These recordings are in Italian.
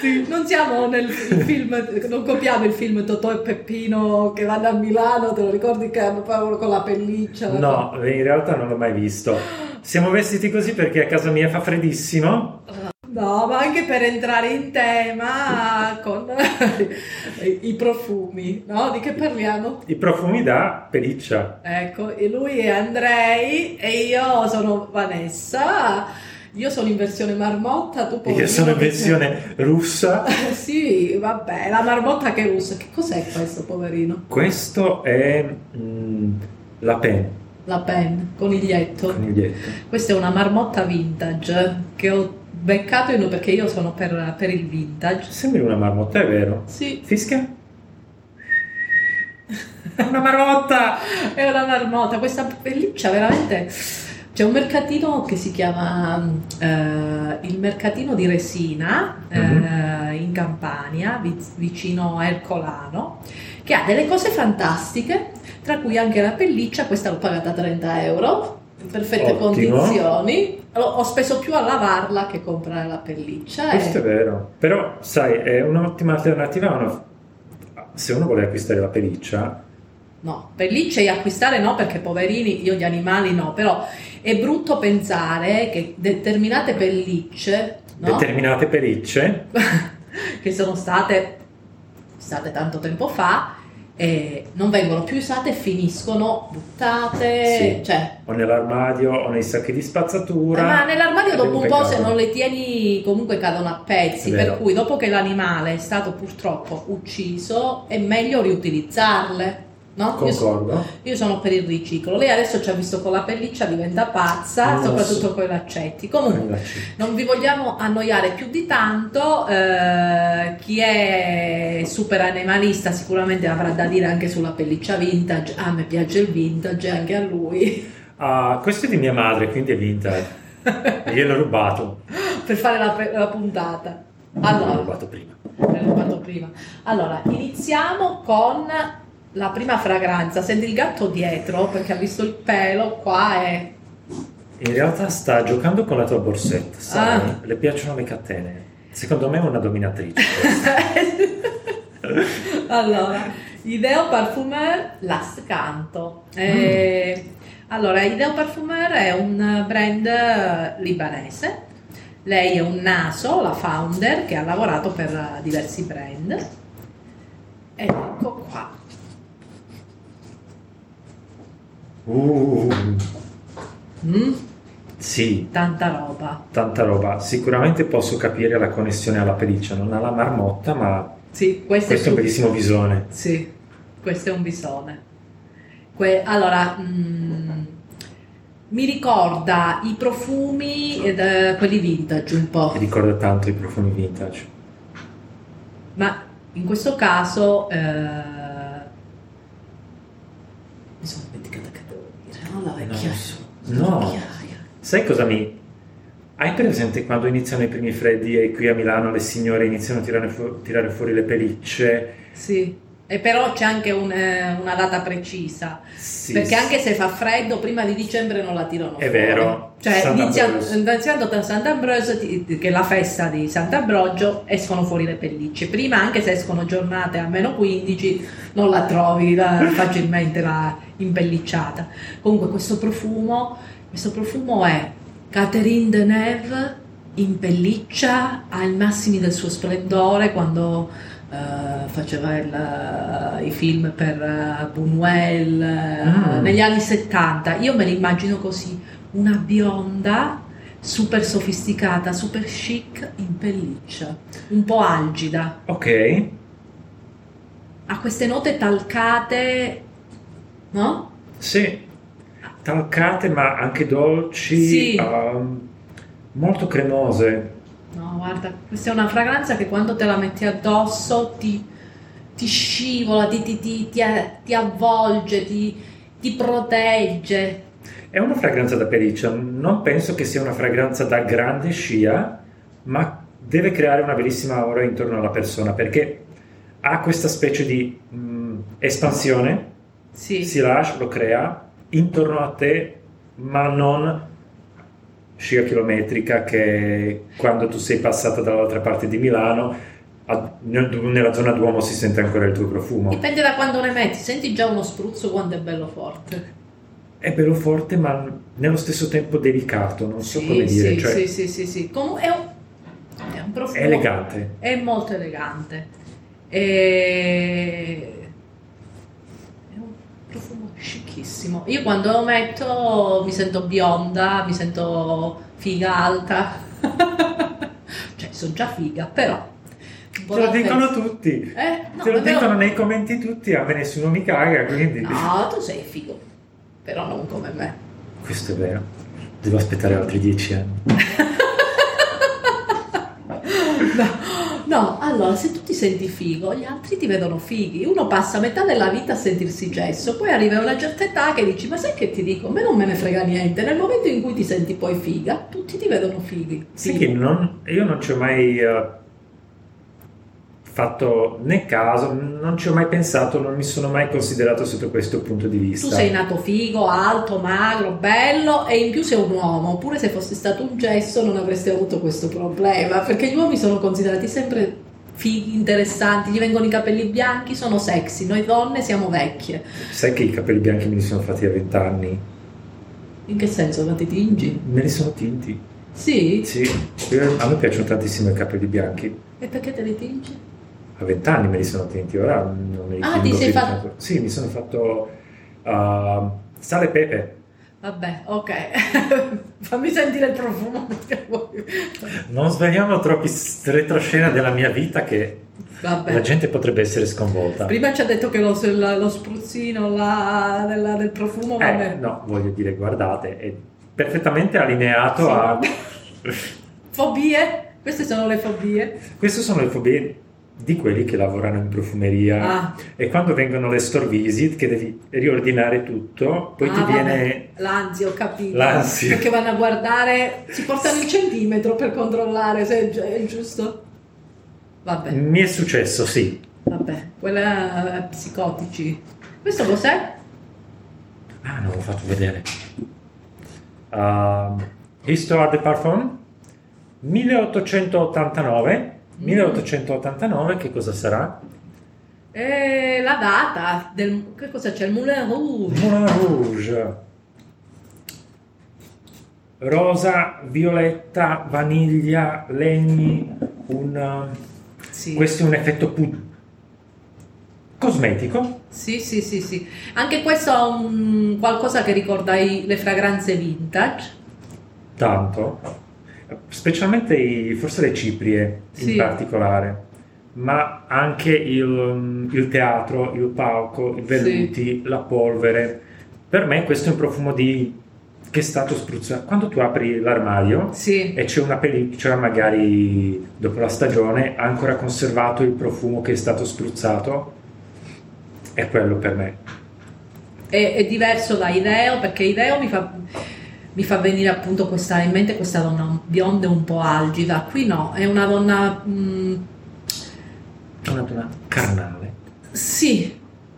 Sì. Non siamo nel film, non copiamo il film Totò e Peppino che vanno a Milano, te lo ricordi che hanno paura con la pelliccia? No, in realtà non l'ho mai visto. Siamo vestiti così perché a casa mia fa freddissimo. No, ma anche per entrare in tema con i profumi, no? Di che parliamo? I profumi da pelliccia. Ecco, e lui è Andrei e io sono Vanessa. Io sono in versione marmotta, tu Io sono in versione russa. Sì, vabbè, la marmotta che è russa. Che cos'è questo, poverino? Questo è la pen. La pen, coniglietto. Coniglietto. Questa è una marmotta vintage che ho beccato io perché io sono per il vintage. Sembri una marmotta, è vero? Sì. Fischia? Una marmotta! È una marmotta, questa pelliccia veramente. C'è un mercatino che si chiama il mercatino di Resina in Campania, vicino a Ercolano, che ha delle cose fantastiche, tra cui anche la pelliccia. Questa l'ho pagata 30 euro, in perfette Ottimo. condizioni. Ho speso più a lavarla che comprare la pelliccia. Questo è vero. Però, sai, è un'ottima alternativa. Se uno vuole acquistare la pelliccia. No, pellicce e acquistare no, perché poverini, io gli animali no, però è brutto pensare che determinate pellicce, no? Determinate pellicce. che sono state tanto tempo fa e non vengono più usate e finiscono buttate, Sì. cioè. O nell'armadio o nei sacchi di spazzatura. Ma nell'armadio Ed è dopo un po' peccato. se non le tieni comunque cadono a pezzi, È vero. per cui dopo che l'animale è stato purtroppo ucciso è meglio riutilizzarle. No? Concordo. Io sono per il riciclo. Lei adesso ci ha visto con la pelliccia, diventa pazza, Non lo soprattutto so. con i laccetti. Comunque, non vi vogliamo annoiare più di tanto. Chi è super animalista sicuramente avrà da dire anche sulla pelliccia vintage. A me piace il vintage, anche a lui. Questo è di mia madre, quindi è vintage. Gliel'ho rubato. Per fare la puntata. L'ho Allora, rubato prima. l'ho rubato prima. Allora, iniziamo con la prima fragranza. Senti il gatto dietro perché ha visto il pelo qua e In realtà sta giocando con la tua borsetta, sai? Ah. Le piacciono le catene. Secondo me è una dominatrice. allora, Ideo Parfumeur Last Canto. Allora, Ideo Parfumeur è un brand libanese. Lei è un naso, la founder, che ha lavorato per diversi brand. Ed ecco qua. Sì, Tanta roba. tanta roba. Sicuramente posso capire la connessione alla pelliccia. Non ha la marmotta, ma Sì, questo è un bellissimo visone. Sì, questo è un visone. Allora, mi ricorda i profumi, quelli vintage un po', Mi ricorda tanto i profumi vintage. ma in questo caso mi sono dimenticata che devo dire, no? La vecchia. No. vecchiaia. Sai cosa mi... Hai presente quando iniziano i primi freddi e qui a Milano le signore iniziano a tirare fuori le pellicce? Sì, e però c'è anche una data precisa, Sì, perché anche se fa freddo, prima di dicembre non la tirano È fuori. vero. Cioè, Sant'Ambrogio. iniziando da Sant'Ambrogio, che è la festa di Sant'Ambrogio, escono fuori le pellicce. Prima, anche se escono giornate a meno 15, non la trovi facilmente impellicciata. Comunque questo profumo è Catherine Deneuve in pelliccia ai massimi del suo splendore quando faceva i film per Buñuel negli anni 70. Io me l'immagino così, una bionda super sofisticata, super chic in pelliccia, un po' algida, Ok. ha queste note talcate, no? Sì. Talcate ma anche dolci, Sì. molto cremose. No, guarda, questa è una fragranza che quando te la metti addosso ti scivola, ti avvolge, ti protegge. È una fragranza da pelliccia, non penso che sia una fragranza da grande scia, ma deve creare una bellissima aura intorno alla persona perché ha questa specie di espansione, Sì. silage lo crea intorno a te, ma non scia chilometrica che quando tu sei passato dall'altra parte di Milano nella zona d'uomo si sente ancora il tuo profumo. Dipende da quando ne metti, senti già uno spruzzo quando è bello forte. È bello forte, ma nello stesso tempo delicato, non so come dire. Sì. È un profumo. È elegante. È molto elegante. È un profumo scicchissimo. Io quando lo metto mi sento bionda, mi sento figa alta. Cioè, sono già figa, però. Te lo dicono tutti. No, te lo dicono nei commenti tutti, a me nessuno mi caga, quindi. No, tu sei figo, però non come me. Questo è vero. Devo aspettare altri 10 anni. No, allora, se tu ti senti figo, gli altri ti vedono fighi. Uno passa metà della vita a sentirsi gesso, poi arriva a una certa età che dici, ma sai che ti dico? A me non me ne frega niente. Nel momento in cui ti senti poi figa, tutti ti vedono fighi. Sì, che io non ci ho mai fatto né caso, non ci ho mai pensato, non mi sono mai considerato sotto questo punto di vista. Tu sei nato figo, alto, magro, bello e in più sei un uomo, oppure se fossi stato un gesso non avresti avuto questo problema, perché gli uomini sono considerati sempre fighi, interessanti, gli vengono i capelli bianchi, sono sexy, noi donne siamo vecchie. Sai che i capelli bianchi me li sono fatti a 20 anni? In che senso? Ma ti tingi? Me li sono tinti. Sì? Sì, a me piacciono tantissimo i capelli bianchi. E perché te li tingi? A 20 anni me li sono tinti, ora non me li tingo ti sei più di fatto... tanto. Sì, mi sono fatto sale e pepe. Vabbè, ok. Fammi sentire il profumo. Non sveliamo troppi retroscena della mia vita che Vabbè. La gente potrebbe essere sconvolta. Prima ci ha detto che lo spruzzino del profumo vabbè. No, voglio dire, guardate, è perfettamente allineato a... Fobie? Queste sono le fobie? Queste sono le fobie di quelli che lavorano in profumeria e quando vengono le store visit che devi riordinare tutto, poi ti viene l'ansia, ho capito, l'ansia, perché vanno a guardare, si portano il centimetro per controllare se è giusto. Vabbè, mi è successo, sì. Vabbè, quella psicotici. Questo cos'è? Non l'ho fatto vedere. Histoire de Parfum 1889. 1889, che cosa sarà? La data che cosa c'è? Il Moulin Rouge. Moulin Rouge. Rosa, violetta, vaniglia, legni, sì. Questo è un effetto cosmetico. Sì. Anche questo ha qualcosa che ricorda le fragranze vintage. Tanto. Specialmente forse le ciprie in particolare, ma anche il teatro, il palco, i velluti, la polvere. Per me questo è un profumo che è stato spruzzato. Quando tu apri l'armadio e c'è una pellicola, magari dopo la stagione, ha ancora conservato il profumo che è stato spruzzato, è quello per me. È diverso da Ideo, perché Ideo mi fa venire appunto in mente questa donna bionda un po' algida. Qui no, è una donna... Una donna carnale. Sì.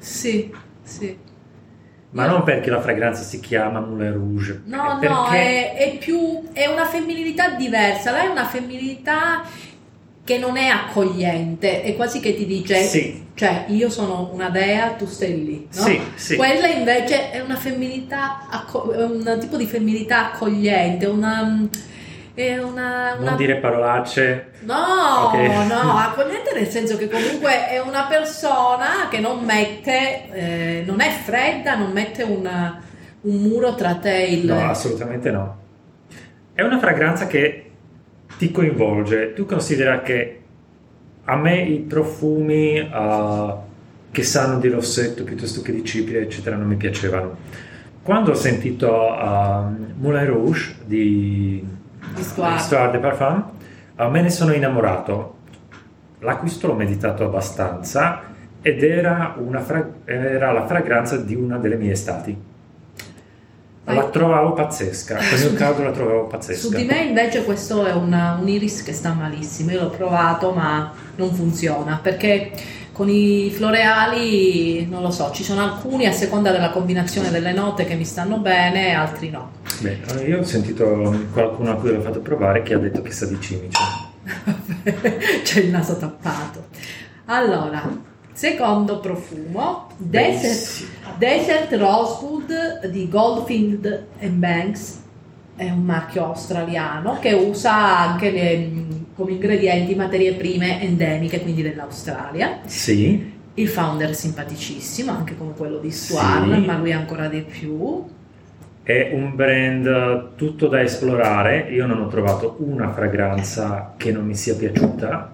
Ma non perché la fragranza si chiama Moulin Rouge. No, è una femminilità diversa. Lei è una femminilità che non è accogliente, è quasi che ti dice... Cioè, io sono una dea, tu stai lì, no? Sì. Quella invece è una femminilità, un tipo di femminilità accogliente, non dire parolacce. No, okay. No, accogliente nel senso che comunque è una persona che non mette, non è fredda, non mette un muro tra te e No, assolutamente no. È una fragranza che ti coinvolge. Tu considera che a me i profumi che sanno di rossetto piuttosto che di cipria, eccetera, non mi piacevano. Quando ho sentito Moulin Rouge di Histoire de Parfum, me ne sono innamorato. L'acquisto l'ho meditato abbastanza ed era la fragranza di una delle mie estati. La trovavo pazzesca, con il caldo la trovavo pazzesca. Su di me invece questo è un iris che sta malissimo, io l'ho provato ma non funziona, perché con i floreali, non lo so, ci sono alcuni a seconda della combinazione delle note che mi stanno bene, altri no. Beh, io ho sentito qualcuno a cui l'ho fatto provare che ha detto che sa di cimice. C'è il naso tappato. Allora, secondo profumo, Desert Rosewood di Goldfield Banks, è un marchio australiano che usa anche come ingredienti materie prime endemiche, quindi dell'Australia. Sì. Il founder è simpaticissimo, anche come quello di Stuart, Sì. ma lui ancora di più. È un brand tutto da esplorare. Io non ho trovato una fragranza che non mi sia piaciuta.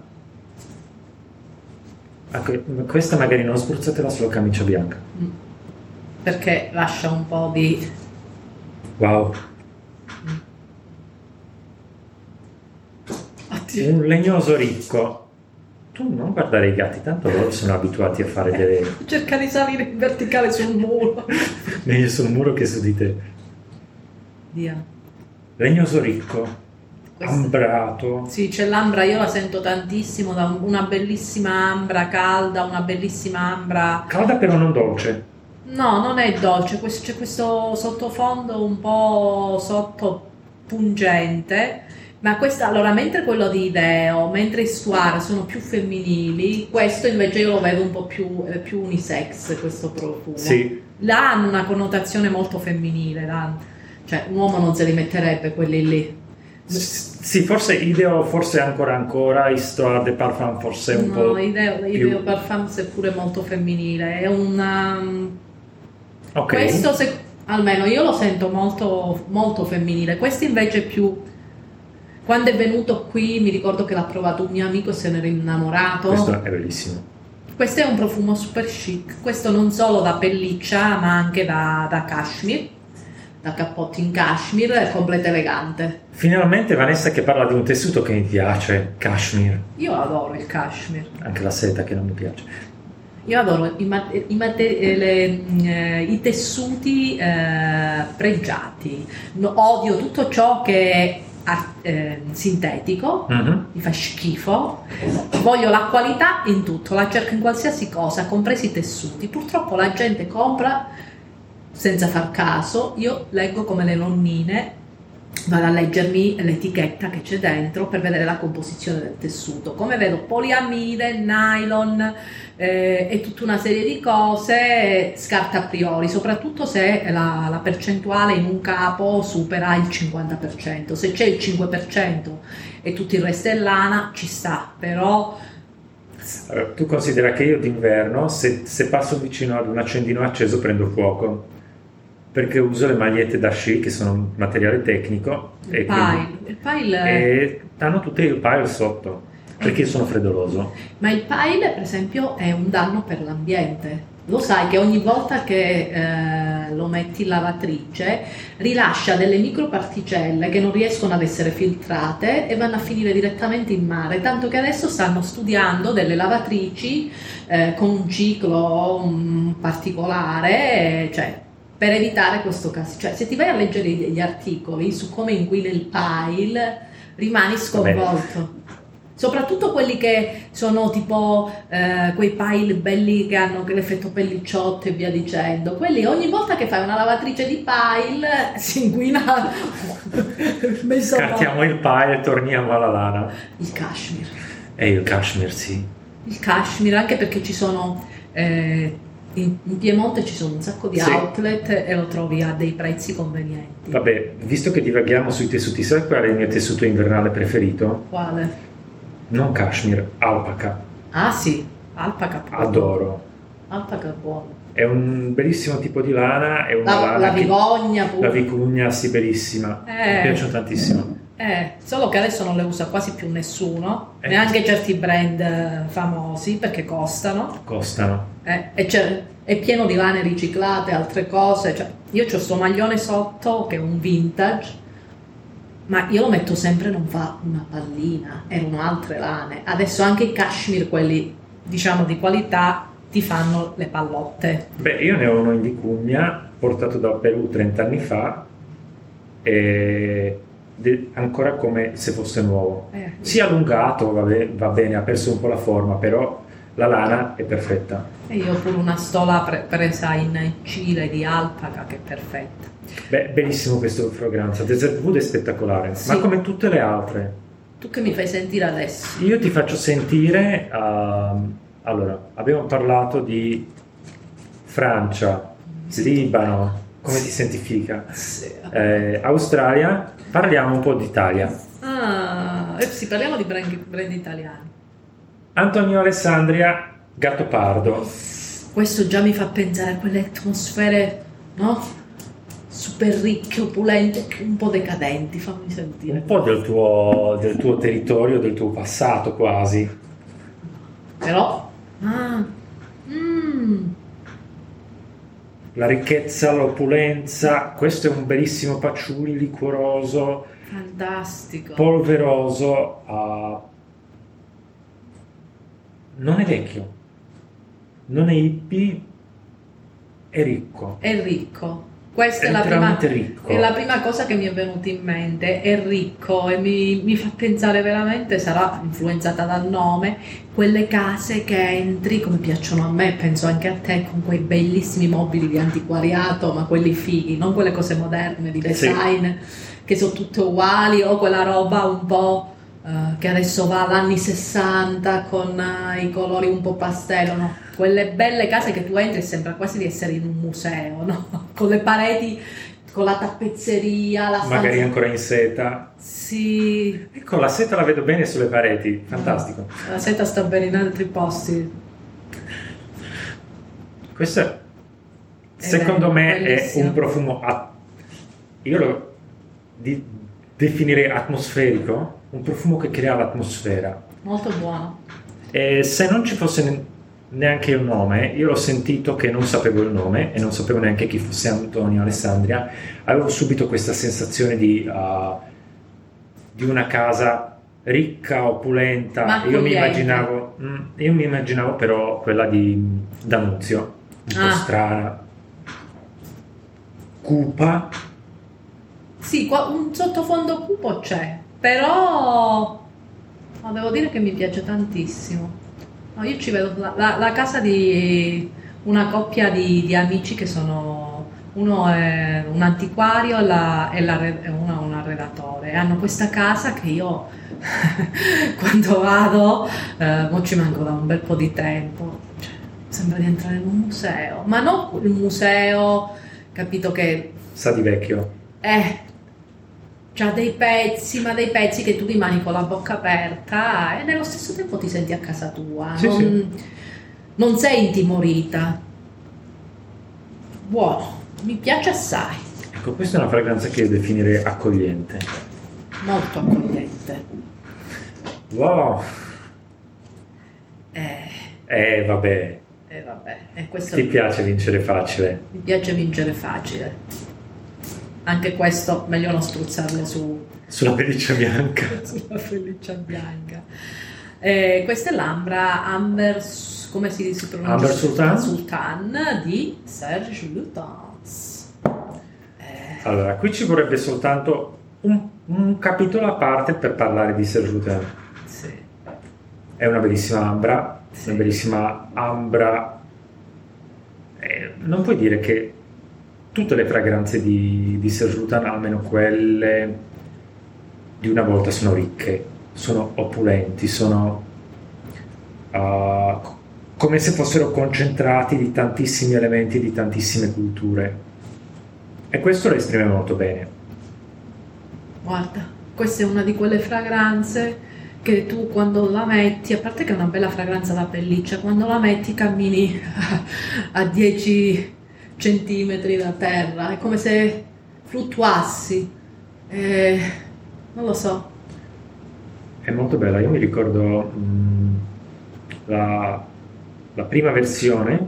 Questa magari non spruzzatela sulla camicia bianca. Perché lascia un po' di... Wow. Un legnoso ricco. Tu non guardare i gatti, tanto loro sono abituati a fare delle... Cerca di salire in verticale sul muro. meglio sul muro che su di te. Via. Legnoso ricco, Questo- ambrato. Sì, c'è l'ambra, io la sento tantissimo, da una bellissima ambra calda, una bellissima ambra... Calda però non dolce. No, non è dolce, c'è questo sottofondo un po' sotto pungente, ma questa, allora, mentre quello di Ideo, mentre i Stuart sono più femminili, questo invece io lo vedo un po' più unisex, questo profumo. Sì. Là hanno una connotazione molto femminile, cioè un uomo non se li metterebbe quelli lì. Sì, forse Ideo, forse ancora, Histoire de Parfum forse un po' No, Ideo più... Parfum è pure molto femminile, è Ok. questo almeno io lo sento molto, molto femminile. Questo invece è più, quando è venuto qui mi ricordo che l'ha provato un mio amico e se ne era innamorato. Questo è bellissimo. Questo è un profumo super chic, questo non solo da pelliccia ma anche da cashmere, da cappotti in cashmere, è completo elegante. Finalmente Vanessa che parla di un tessuto che mi piace, cashmere. Io adoro il cashmere. Anche la seta che non mi piace. Io adoro i tessuti pregiati. Odio tutto ciò che è sintetico, Mhm. mi fa schifo. Voglio la qualità in tutto, la cerco in qualsiasi cosa, compresi i tessuti. Purtroppo la gente compra senza far caso. Io leggo come le nonnine, vado a leggermi l'etichetta che c'è dentro per vedere la composizione del tessuto. Come vedo poliamide, nylon e tutta una serie di cose, scarta a priori, soprattutto se la percentuale in un capo supera il 50%. Se c'è il 5% e tutto il resto è lana, ci sta, però... Allora, tu considera che io d'inverno, se passo vicino ad un accendino acceso, prendo fuoco. Perché uso le magliette da sci, che sono un materiale tecnico. Il pile E hanno tutte il pile sotto. Perché io sono freddoloso. Ma il pile, per esempio, è un danno per l'ambiente. Lo sai che ogni volta che lo metti in lavatrice rilascia delle microparticelle che non riescono ad essere filtrate e vanno a finire direttamente in mare, tanto che adesso stanno studiando delle lavatrici con un ciclo particolare, cioè per evitare questo caso. Cioè, se ti vai a leggere gli articoli su come inquina il pile, rimani sconvolto. Soprattutto quelli che sono tipo quei pile belli che hanno l'effetto pellicciotto e via dicendo. Quelli ogni volta che fai una lavatrice di pile si inquina. Scartiamo il pile e torniamo alla lana. Il cashmere. Il cashmere, sì. Il cashmere, anche perché ci sono in Piemonte ci sono un sacco di Sì. outlet e lo trovi a dei prezzi convenienti. Vabbè, visto che divaghiamo sui tessuti, sai qual è il mio tessuto invernale preferito? Quale? Non cashmere, alpaca. Ah sì, alpaca pure. Adoro. Alpaca è buono. È un bellissimo tipo di lana, è una lana La che- vigogna pure. La vicugna, sì, bellissima. Mi piacciono tantissimo. Solo che adesso non le usa quasi più nessuno, Eh. neanche certi brand famosi, perché costano. Costano. È pieno di lane riciclate, altre cose. Cioè, io ho sto maglione sotto che è un vintage, ma io lo metto sempre, non fa una pallina, erano altre lane. Adesso anche i cashmere, quelli diciamo di qualità, ti fanno le pallotte. Beh, io ne ho uno in vicugna, portato dal Perù 30 anni fa, e ancora come se fosse nuovo. Si è allungato, va bene, ha perso un po' la forma, però la lana è perfetta. E io ho pure una stola presa in Cile di alpaca che è perfetta. Beh, benissimo questa fragranza. Desert Wood è spettacolare, Sì. ma come tutte le altre. Tu che mi fai sentire adesso? Io ti faccio sentire, allora, abbiamo parlato di Francia, Libano, come ti senti figa? Sì. Australia, parliamo un po' d'Italia. Sì, parliamo di brand italiani. Antonio Alessandria, Gattopardo. Questo già mi fa pensare a quelle atmosfere, no? Super ricche, opulente, un po' decadenti, fammi sentire. Un po' del tuo territorio, del tuo passato quasi. Però... La ricchezza, l'opulenza, questo è un bellissimo patchouli liquoroso, fantastico, polveroso, non è vecchio, non è hippie, è ricco. È ricco. Questa è ricco. È la prima cosa che mi è venuta in mente, è ricco e mi fa pensare veramente, sarà influenzata dal nome, quelle case che entri, come piacciono a me, penso anche a te, con quei bellissimi mobili di antiquariato, ma quelli fighi, non quelle cose moderne di design, sì, che sono tutte uguali, o quella roba un po' che adesso va all'anni 60 con i colori un po' pastello, no? Quelle belle case che tu entri e sembra quasi di essere in un museo, no? Con le pareti, con la tappezzeria, la stanza... Magari ancora in seta. Sì. Ecco, la seta la vedo bene sulle pareti, fantastico. La seta sta bene in altri posti. Questo secondo me bellissimo. È un profumo, io lo definirei atmosferico, un profumo che crea l'atmosfera. Molto buono. E se non ci fosse neanche il nome, io l'ho sentito che non sapevo il nome e non sapevo neanche chi fosse Antonio Alessandria, avevo subito questa sensazione di una casa ricca, opulenta. Io mi immaginavo però quella di D'Annunzio, un po' strana, cupa. Sì, un sottofondo cupo c'è, però devo dire che mi piace tantissimo. No, io ci vedo la casa di una coppia di amici che sono, uno è un antiquario e uno è un arredatore. Hanno questa casa che io quando vado, mo ci manco da un bel po' di tempo, cioè, sembra di entrare in un museo, ma non il museo, capito, che sa di vecchio. C'ha dei pezzi, ma dei pezzi che tu rimani con la bocca aperta e nello stesso tempo ti senti a casa tua, sì. Non sei intimorita. Buono, mi piace assai. Ecco, questa è una fragranza che io definirei accogliente. Molto accogliente. Wow. Vabbè. Questo Ti piace vincere facile? Mi piace vincere facile. Anche questo, meglio non spruzzarlo sulla pelliccia bianca. Sulla pelliccia bianca. Questa è l'Ambra Amber, come si pronuncia? Amber Sultan? Sultan di Serge Lutens. Allora, qui ci vorrebbe soltanto un capitolo a parte per parlare di Serge Lutens. Sì. È una bellissima Ambra, sì. Una bellissima Ambra. Non puoi dire che tutte le fragranze di Serge Lutens, almeno quelle di una volta, sono ricche, sono opulenti, sono come se fossero concentrati di tantissimi elementi, di tantissime culture. E questo lo esprime molto bene. Guarda, questa è una di quelle fragranze che tu quando la metti, a parte che è una bella fragranza da pelliccia, quando la metti cammini a 10 centimetri da terra, è come se fluttuassi, non lo so. È molto bella, io mi ricordo la prima versione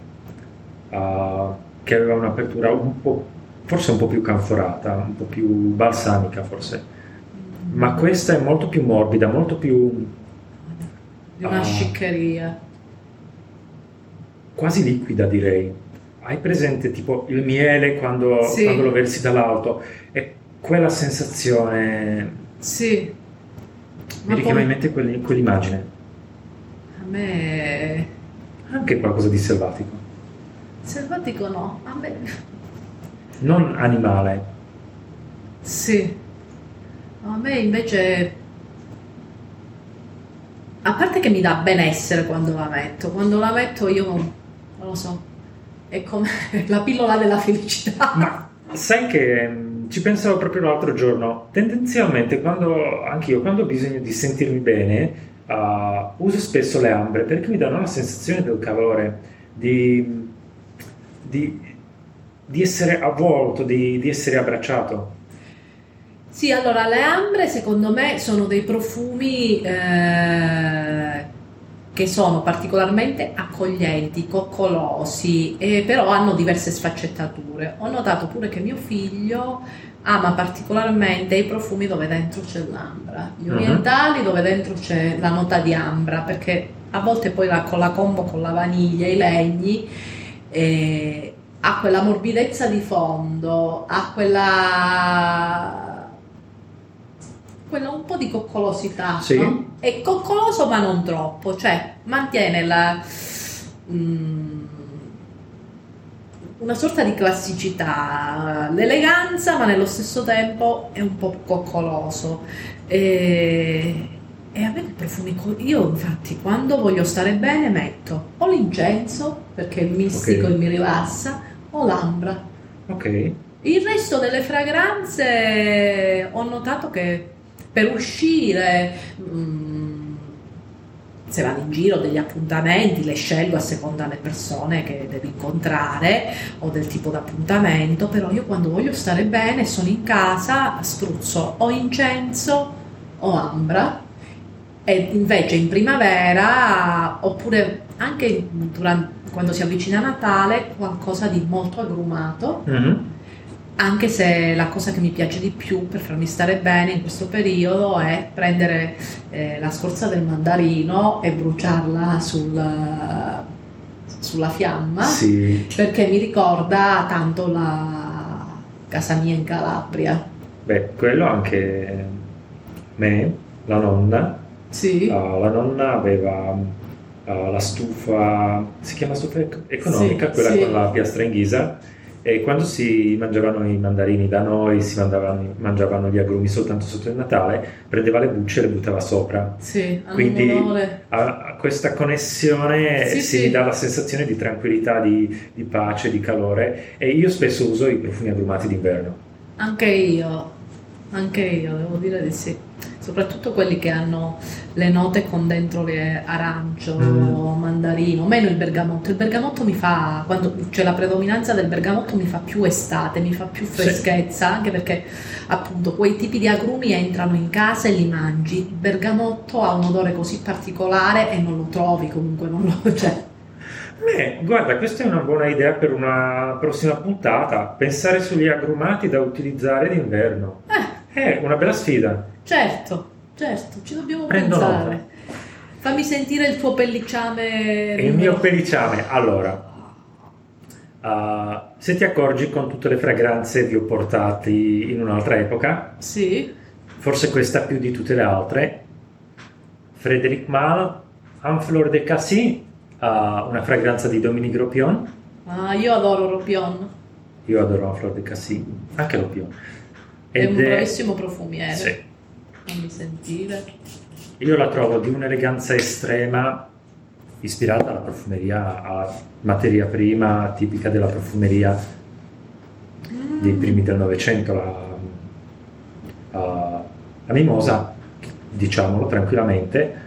che aveva un'apertura forse un po' più canforata, un po' più balsamica forse, ma questa è molto più morbida, molto più di una sciccheria, quasi liquida, direi. Hai presente tipo il miele quando lo versi dall'alto? È quella sensazione. Sì. Mi richiama in mente quell'immagine. A me. Anche qualcosa di selvatico. Selvatico no, a me. Non animale. Sì. A me invece A parte che mi dà benessere quando la metto io non lo so, è come la pillola della felicità. Ma sai che ci pensavo proprio l'altro giorno, tendenzialmente anch'io quando ho bisogno di sentirmi bene, uso spesso le ambre perché mi danno la sensazione del calore, di essere avvolto, di essere abbracciato. Sì, allora le ambre secondo me sono dei profumi che sono particolarmente accoglienti, coccolosi, però hanno diverse sfaccettature. Ho notato pure che mio figlio ama particolarmente i profumi dove dentro c'è l'ambra, gli orientali dove dentro c'è la nota di ambra, perché a volte poi con la combo con la vaniglia, i legni, ha quella morbidezza di fondo, ha quella un po' di coccolosità, Sì. no? È coccoloso ma non troppo, cioè mantiene una sorta di classicità, l'eleganza, ma nello stesso tempo è un po' coccoloso. E a me i profumi, io infatti quando voglio stare bene metto o l'incenso perché è mistico e mi rilassa, o l'ambra. Ok. Il resto delle fragranze ho notato che per uscire, se vado in giro degli appuntamenti, le scelgo a seconda delle persone che devo incontrare o del tipo d'appuntamento, però io quando voglio stare bene sono in casa, spruzzo o incenso o ambra, e invece in primavera oppure anche quando si avvicina Natale qualcosa di molto agrumato. Anche se la cosa che mi piace di più per farmi stare bene in questo periodo è prendere la scorza del mandarino e bruciarla sulla fiamma, Sì. perché mi ricorda tanto la casa mia in Calabria. Beh, quello anche me, la nonna. Sì. La nonna aveva la stufa, si chiama stufa economica, Sì, quella sì. con la piastra in ghisa. E quando si mangiavano i mandarini da noi, mangiavano gli agrumi soltanto sotto il Natale, prendeva le bucce e le buttava sopra. Sì, hanno Quindi un odore. a questa connessione Sì, si sì. dà la sensazione di tranquillità, di pace, di calore. E io spesso uso i profumi agrumati d'inverno. Anche io, devo dire di sì. Soprattutto quelli che hanno le note con dentro le arancio, mandarino, meno il bergamotto. Il bergamotto mi fa, quando c'è la predominanza del bergamotto, mi fa più estate, mi fa più freschezza, anche perché appunto quei tipi di agrumi entrano in casa e li mangi. Il bergamotto ha un odore così particolare e non lo trovi comunque, Guarda, questa è una buona idea per una prossima puntata, pensare sugli agrumati da utilizzare d'inverno. È una bella sfida. Certo, ci dobbiamo Prendo pensare. nota. Fammi sentire il tuo pellicciame. Il mio pellicciame. Allora, se ti accorgi, con tutte le fragranze vi ho portati in un'altra epoca, Sì. forse questa più di tutte le altre. Frédéric Malle, Un Fleur de Cassis, una fragranza di Dominique Ropion. Io adoro Ropion. Io adoro Un Fleur de Cassis, anche Ropion. È un bravissimo profumiere. Sì. Fammi sentire. Io la trovo di un'eleganza estrema, ispirata alla profumeria, a materia prima tipica della profumeria dei primi del Novecento, la mimosa, diciamolo tranquillamente,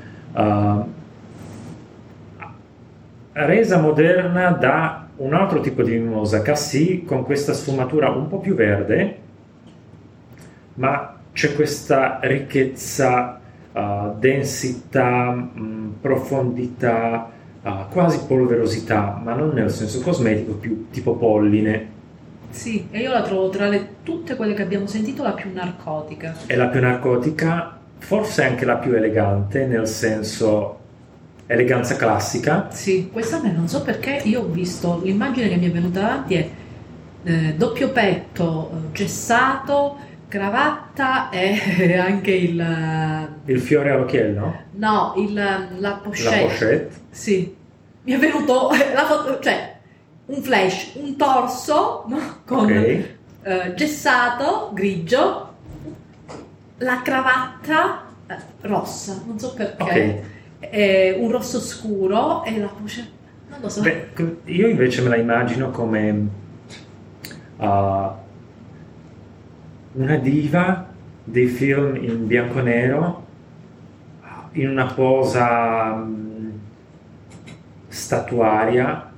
resa moderna da un altro tipo di mimosa, Cassis, con questa sfumatura un po' più verde, ma c'è questa ricchezza, densità, profondità, quasi polverosità, ma non nel senso cosmetico, più tipo polline. Sì, e io la trovo tra tutte quelle che abbiamo sentito la più narcotica. È la più narcotica, forse anche la più elegante, nel senso eleganza classica. Sì, questa me non so perché io ho visto, l'immagine che mi è venuta davanti è doppio petto, gessato, cravatta e anche Il fiore all'occhiello? no, la pochette. La pochette? Sì, mi è venuto la foto, cioè un flash, un torso, no? Con gessato, grigio, la cravatta rossa, non so perché. Ok. un rosso scuro e la voce, non lo so. Beh, io invece me la immagino come una diva dei film in bianco e nero, in una posa statuaria.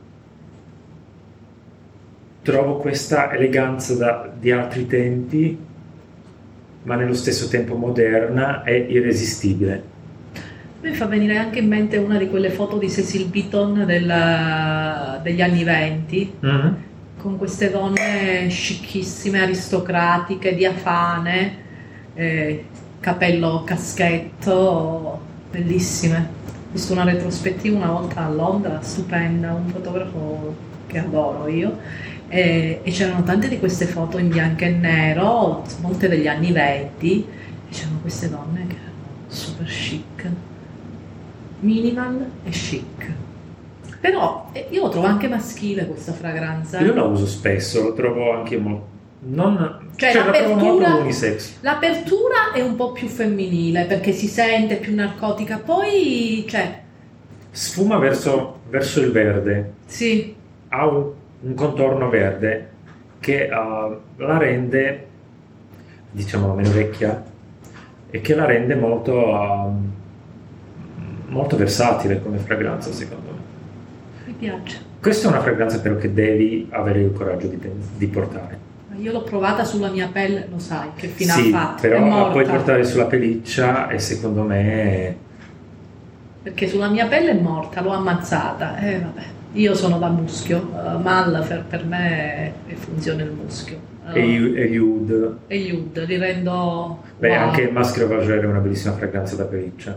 Trovo questa eleganza di altri tempi, ma nello stesso tempo moderna e irresistibile. Mi fa venire anche in mente una di quelle foto di Cecil Beaton degli anni '20, con queste donne scicchissime, aristocratiche, diafane, capello caschetto, bellissime. Ho visto una retrospettiva una volta a Londra, stupenda, un fotografo che adoro io, e c'erano tante di queste foto in bianco e nero, molte degli anni '20, e c'erano queste donne che erano super chic, minimal e chic. Però io lo trovo anche maschile questa fragranza. Io la uso spesso, lo trovo anche molto... Cioè la trovo molto unisex. L'apertura è un po' più femminile perché si sente più narcotica, poi sfuma verso il verde. Sì. Ha un contorno verde che la rende, diciamo, meno vecchia e che la rende molto versatile come fragranza, secondo me. Mi piace. Questa è una fragranza però che devi avere il coraggio di portare. Io l'ho provata sulla mia pelle, lo sai, che fine sì, ha fatto. però è la puoi morta. portare sulla pelliccia e secondo me... Perché sulla mia pelle è morta, l'ho ammazzata. Vabbè, io sono da muschio, Mal per me funziona il muschio. E gli oud. E gli oud, li rendo... Beh, wow. anche il Maschera Vagere è una bellissima fragranza da pelliccia.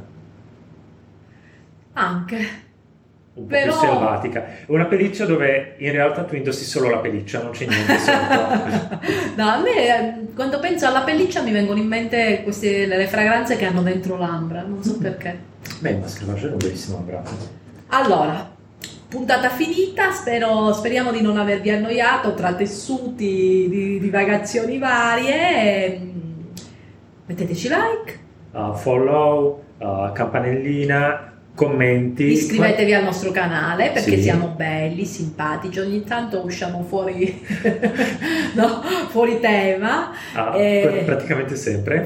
Anche. Un po' più selvatica. È una pelliccia dove in realtà tu indossi solo la pelliccia, non c'è niente sotto. No, a me quando penso alla pelliccia mi vengono in mente le fragranze che hanno dentro l'ambra, non so perché. Beh, il Maschera Vagere è un bellissimo ambra. Allora, puntata finita, speriamo di non avervi annoiato tra tessuti di divagazioni varie. Metteteci like, follow, campanellina, commenti. iscrivetevi al nostro canale perché sì. siamo belli, simpatici, ogni tanto usciamo fuori, no, fuori tema. Praticamente sempre.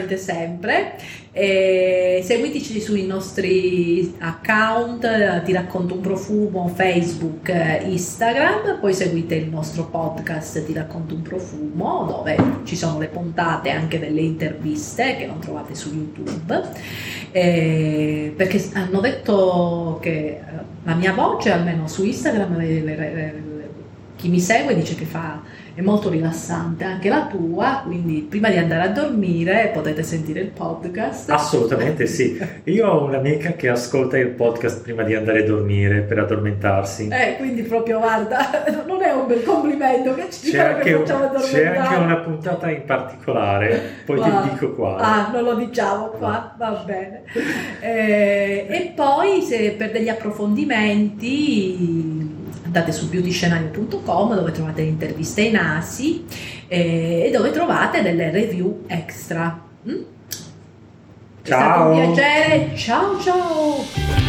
Seguiteci sui nostri account, Ti racconto un profumo, Facebook, Instagram, poi seguite il nostro podcast Ti racconto un profumo, dove ci sono le puntate anche delle interviste che non trovate su YouTube, perché hanno detto che la mia voce, almeno su Instagram, chi mi segue dice che è molto rilassante, anche la tua, quindi prima di andare a dormire potete sentire il podcast. Assolutamente sì, io ho un'amica che ascolta il podcast prima di andare a dormire per addormentarsi. Quindi proprio guarda, non è un bel complimento che ci facciamo addormentare. C'è anche una puntata in particolare, poi ti dico qua. Non lo diciamo qua, va bene. E poi se per degli approfondimenti andate su beautyscenario.com, dove trovate le interviste ai nasi e dove trovate delle review extra. È stato un piacere, ciao ciao!